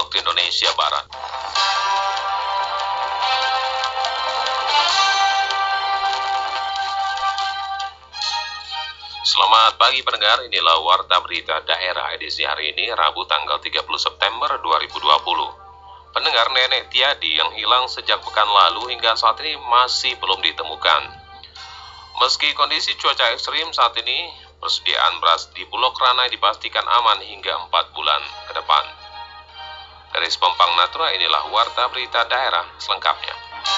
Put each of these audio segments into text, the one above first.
waktu Indonesia Barat. Selamat pagi pendengar, inilah Warta Berita Daerah edisi hari ini, Rabu tanggal 30 September 2020. Pendengar, Nenek Tiadi yang hilang sejak pekan lalu hingga saat ini masih belum ditemukan. Meski kondisi cuaca ekstrim saat ini, persediaan beras di Bulog Ranai dipastikan aman hingga 4 bulan ke depan. Dari Sepompang Natuna, inilah Warta Berita Daerah selengkapnya.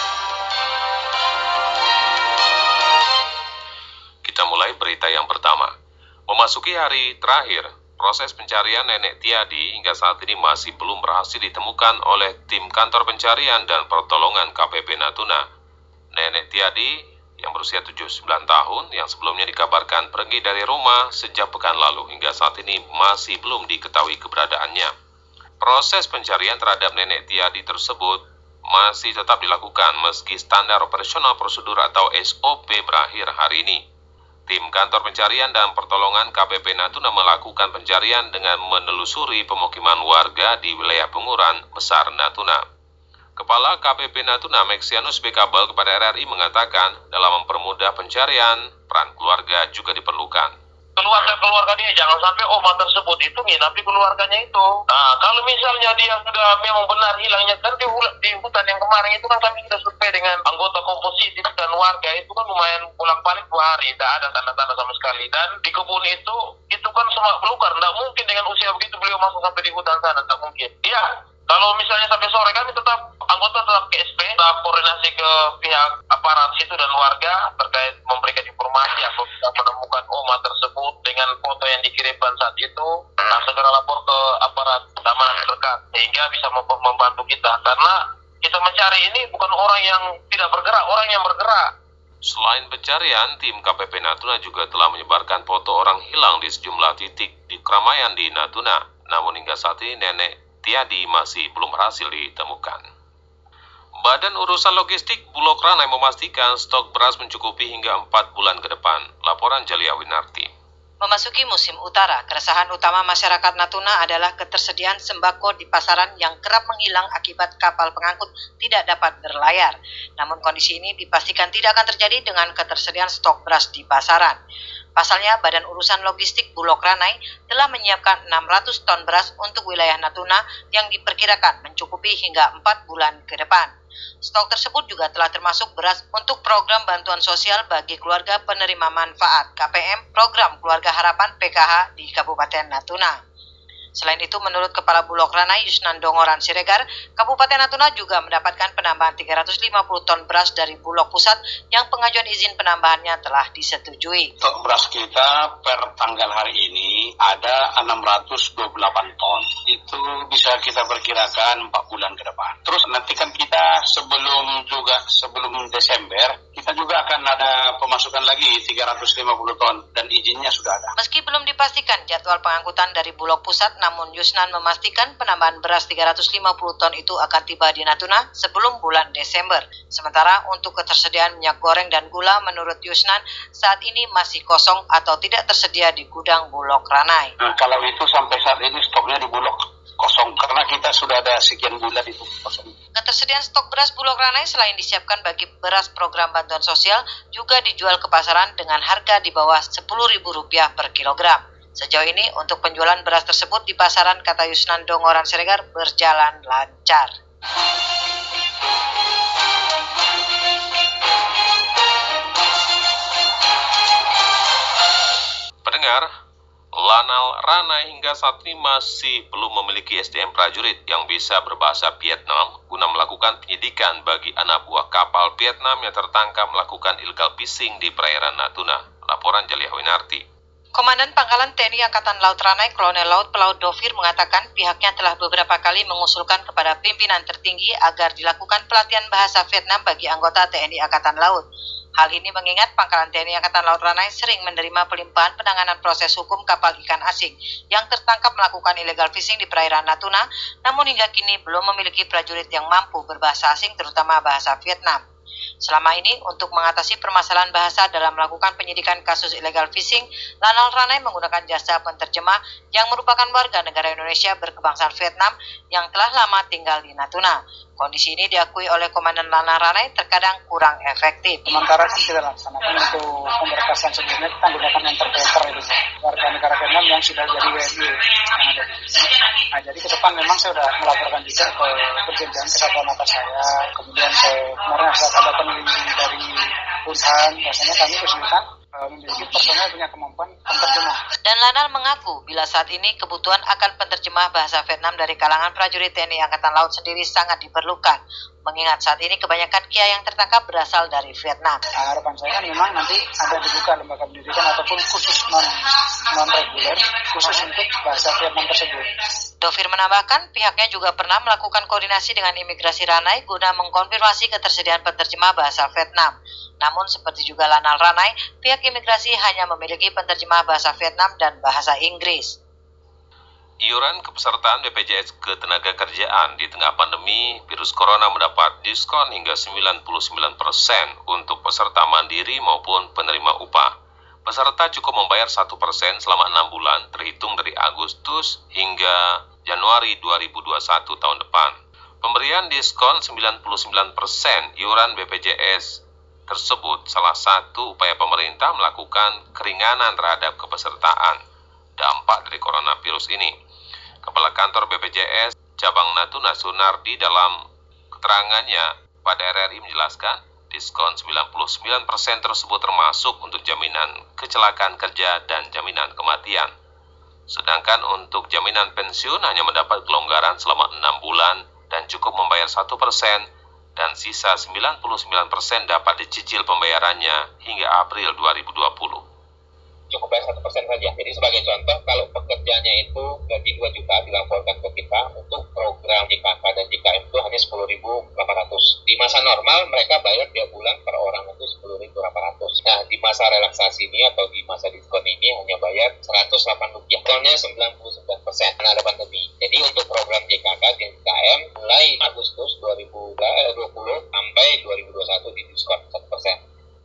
Kita mulai berita yang pertama. Memasuki hari terakhir, proses pencarian Nenek Tiadi hingga saat ini masih belum berhasil ditemukan oleh tim kantor pencarian dan pertolongan KPP Natuna. Nenek Tiadi yang berusia 79 tahun yang sebelumnya dikabarkan pergi dari rumah sejak pekan lalu hingga saat ini masih belum diketahui keberadaannya. Proses pencarian terhadap Nenek Tiadi tersebut masih tetap dilakukan meski standar operasional prosedur atau SOP berakhir hari ini. Tim kantor pencarian dan pertolongan KPP Natuna melakukan pencarian dengan menelusuri pemukiman warga di wilayah Penguran Besar Natuna. Kepala KPP Natuna Mexianus B. Kabel kepada RRI mengatakan dalam mempermudah pencarian, peran keluarga juga diperlukan. Keluarga dia jangan sampai oma tersebut itu nginap di keluarganya itu. Nah, kalau misalnya dia sudah memang benar hilangnya, kan di hutan yang kemarin itu kan kami sudah survei dengan anggota kompositif dan warga itu kan lumayan pulang-balik 2 hari, tidak ada tanda-tanda sama sekali. Dan di kebun itu kan semak belukar, tidak mungkin dengan usia begitu beliau masuk sampai di hutan sana, tidak mungkin. Ya, kalau misalnya sampai sore kami anggota tetap ke SP, tetap koordinasi ke pihak aparat situ dan warga terkait memberikan informasi apabila bisa menemukan oma tersebut dengan foto yang dikirimkan saat itu, nah segera lapor ke aparat keamanan terdekat sehingga bisa membantu kita, karena kita mencari ini bukan orang yang tidak bergerak, orang yang bergerak. Selain pencarian, tim KPP Natuna juga telah menyebarkan foto orang hilang di sejumlah titik di keramaian di Natuna. Namun hingga saat ini Nenek Tiadi masih belum berhasil ditemukan. Badan Urusan Logistik Bulog Ranai memastikan stok beras mencukupi hingga 4 bulan ke depan. Laporan Jalia Winarti. Memasuki musim utara, keresahan utama masyarakat Natuna adalah ketersediaan sembako di pasaran yang kerap menghilang akibat kapal pengangkut tidak dapat berlayar. Namun kondisi ini dipastikan tidak akan terjadi dengan ketersediaan stok beras di pasaran. Pasalnya, Badan Urusan Logistik Bulog Ranai telah menyiapkan 600 ton beras untuk wilayah Natuna yang diperkirakan mencukupi hingga 4 bulan ke depan. Stok tersebut juga telah termasuk beras untuk program bantuan sosial bagi keluarga penerima manfaat KPM, Program Keluarga Harapan PKH di Kabupaten Natuna. Selain itu, menurut Kepala Bulog Ranai Yusnan Dongoran Siregar, Kabupaten Natuna juga mendapatkan penambahan 350 ton beras dari Bulog Pusat yang pengajuan izin penambahannya telah disetujui. Stok beras kita per tanggal hari ini ada 628 ton. Itu bisa kita perkirakan 4 bulan ke depan. Terus nanti kan kita sebelum Desember, kita juga akan ada pemasukan lagi 350 ton dan izinnya sudah ada. Meski belum dipastikan jadwal pengangkutan dari Bulog Pusat, namun Yusnan memastikan penambahan beras 350 ton itu akan tiba di Natuna sebelum bulan Desember. Sementara untuk ketersediaan minyak goreng dan gula, menurut Yusnan saat ini masih kosong atau tidak tersedia di gudang Bulog Ranai. Nah, kalau itu sampai saat ini stoknya di Bulog kosong karena kita sudah ada sekian bulan itu kosong. Ketersediaan stok beras Bulog Ranai selain disiapkan bagi beras program bantuan sosial juga dijual ke pasaran dengan harga di bawah Rp10.000 per kilogram. Sejauh ini untuk penjualan beras tersebut di pasaran, kata Yusnan Dongoran Siregar, berjalan lancar. Pendengar, Lanal Ranai hingga saat ini masih belum memiliki SDM prajurit yang bisa berbahasa Vietnam guna melakukan penyidikan bagi anak buah kapal Vietnam yang tertangkap melakukan illegal fishing di perairan Natuna. Laporan Jalia Winarti. Komandan Pangkalan TNI Angkatan Laut Ranai, Kolonel Laut Pelaut Dovir mengatakan pihaknya telah beberapa kali mengusulkan kepada pimpinan tertinggi agar dilakukan pelatihan bahasa Vietnam bagi anggota TNI Angkatan Laut. Hal ini mengingat Pangkalan TNI Angkatan Laut Ranai sering menerima pelimpahan penanganan proses hukum kapal ikan asing yang tertangkap melakukan illegal fishing di perairan Natuna, namun hingga kini belum memiliki prajurit yang mampu berbahasa asing terutama bahasa Vietnam. Selama ini, untuk mengatasi permasalahan bahasa dalam melakukan penyidikan kasus illegal fishing, Lanal Ranai menggunakan jasa penterjemah yang merupakan warga negara Indonesia berkebangsaan Vietnam yang telah lama tinggal di Natuna. Kondisi ini diakui oleh Komandan Lanal Ranai terkadang kurang efektif. Sementara kita laksanakan untuk pemberkasan sebelumnya kita menggunakan interpreter itu, warga negara Vietnam yang sudah jadi WNI yang ada di sini. Nah, jadi ke depan memang saya sudah melaporkan juga ke Perjenjang Kesatuan Atas saya, kemudian kemarin ada peneliti dari Unhan, bahasanya kami kesulitan memiliki personel punya kemampuan penterjemah. Dan Lanal mengaku bila saat ini kebutuhan akan penterjemah bahasa Vietnam dari kalangan prajurit TNI Angkatan Laut sendiri sangat diperlukan, mengingat saat ini kebanyakan kia yang tertangkap berasal dari Vietnam. Harapan saya kan memang nanti ada dibuka lembaga pendidikan ataupun khusus non-reguler khusus untuk bahasa Vietnam tersebut. Dovir menambahkan pihaknya juga pernah melakukan koordinasi dengan imigrasi Ranai guna mengkonfirmasi ketersediaan penterjemah bahasa Vietnam. Namun seperti juga Lanal Ranai, pihak imigrasi hanya memiliki penterjemah bahasa Vietnam dan bahasa Inggris. Iuran kepesertaan BPJS Ketenagakerjaan di tengah pandemi virus corona mendapat diskon hingga 99% untuk peserta mandiri maupun penerima upah. Peserta cukup membayar 1% selama 6 bulan terhitung dari Agustus hingga Januari 2021 tahun depan. Pemberian diskon 99% iuran BPJS tersebut salah satu upaya pemerintah melakukan keringanan terhadap kepesertaan dampak dari coronavirus ini. Kepala Kantor BPJS Cabang Natuna Sunardi dalam keterangannya pada RRI menjelaskan diskon 99% tersebut termasuk untuk jaminan kecelakaan kerja dan jaminan kematian. Sedangkan untuk jaminan pensiun hanya mendapat kelonggaran selama 6 bulan dan cukup membayar 1%, dan sisa 99% dapat dicicil pembayarannya hingga April 2020. Cukup bayar 1% saja. Jadi sebagai contoh, kalau pekerjanya itu gaji 2 juta dilaporkan ke kita, untuk program JKK dan JKM itu hanya 10.800. Di masa normal mereka bayar tiap bulan per orang itu 10.800. Nah, di masa relaksasi ini atau di masa diskon ini hanya bayar 108 rupiah. Diskonnya 99% karena ada pandemi. Jadi untuk program JKK dan JKM mulai Agustus 2020 sampai 2021 di diskon 1%.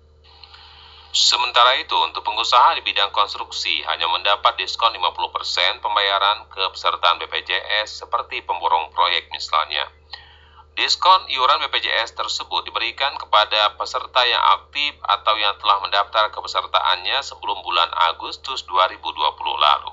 Sementara itu, untuk pengusaha di bidang konstruksi hanya mendapat diskon 50% pembayaran kepesertaan BPJS seperti pemborong proyek misalnya. Diskon iuran BPJS tersebut diberikan kepada peserta yang aktif atau yang telah mendaftar kepesertaannya sebelum bulan Agustus 2020 lalu.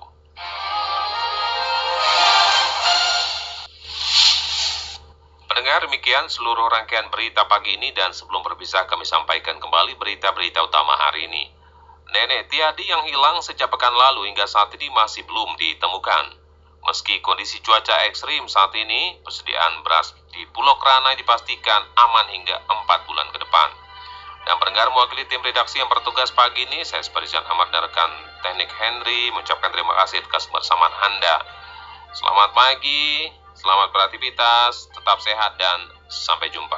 Pendengar, demikian seluruh rangkaian berita pagi ini, dan sebelum berpisah kami sampaikan kembali berita-berita utama hari ini. Nenek Tiadi yang hilang sejak pekan lalu hingga saat ini masih belum ditemukan. Meski kondisi cuaca ekstrim saat ini, persediaan beras di Pulau Ranai dipastikan aman hingga 4 bulan ke depan. Dan pendengar, mewakili tim redaksi yang bertugas pagi ini, saya Sparisan Ahmad dan rekan teknik Henry mengucapkan terima kasih atas kebersamaan Anda. Selamat pagi, selamat beraktivitas, tetap sehat, dan sampai jumpa.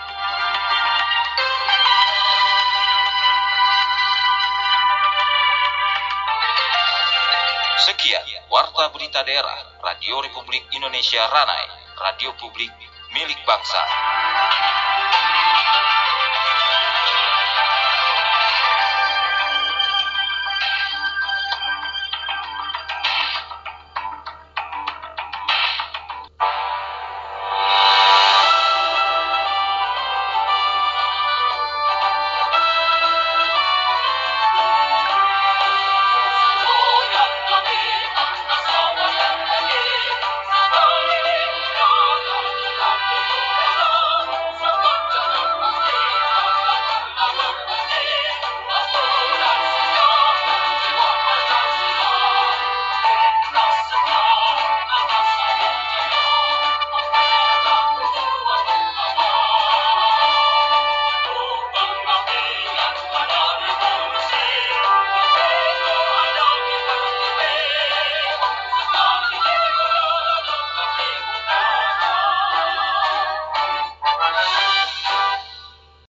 Sekian Warta Berita Daerah Radio Republik Indonesia Ranai, radio publik milik bangsa.